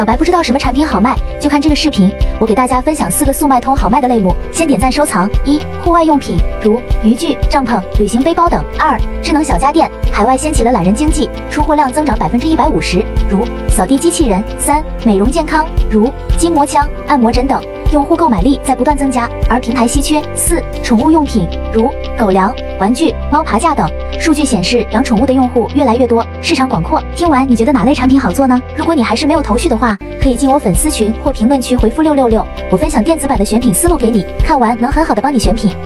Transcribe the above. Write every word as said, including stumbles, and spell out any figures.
小白不知道什么产品好卖，就看这个视频。我给大家分享四个速卖通好卖的类目，先点赞收藏。一、户外用品，如渔具、帐篷、旅行背包等。二、智能小家电，海外掀起了懒人经济，出货量增长百分之一百五十，如扫地机器人。三、美容健康，如筋膜枪、按摩枕等，用户购买力在不断增加，而平台稀缺。四、宠物用品，如狗粮、玩具、猫爬架等。数据显示，养宠物的用户越来越多，市场广阔。听完你觉得哪类产品好做呢？如果你还是没有头绪的话，可以进我粉丝群或评论区回复六六六，我分享电子版的选品思路给你，看完能很好的帮你选品。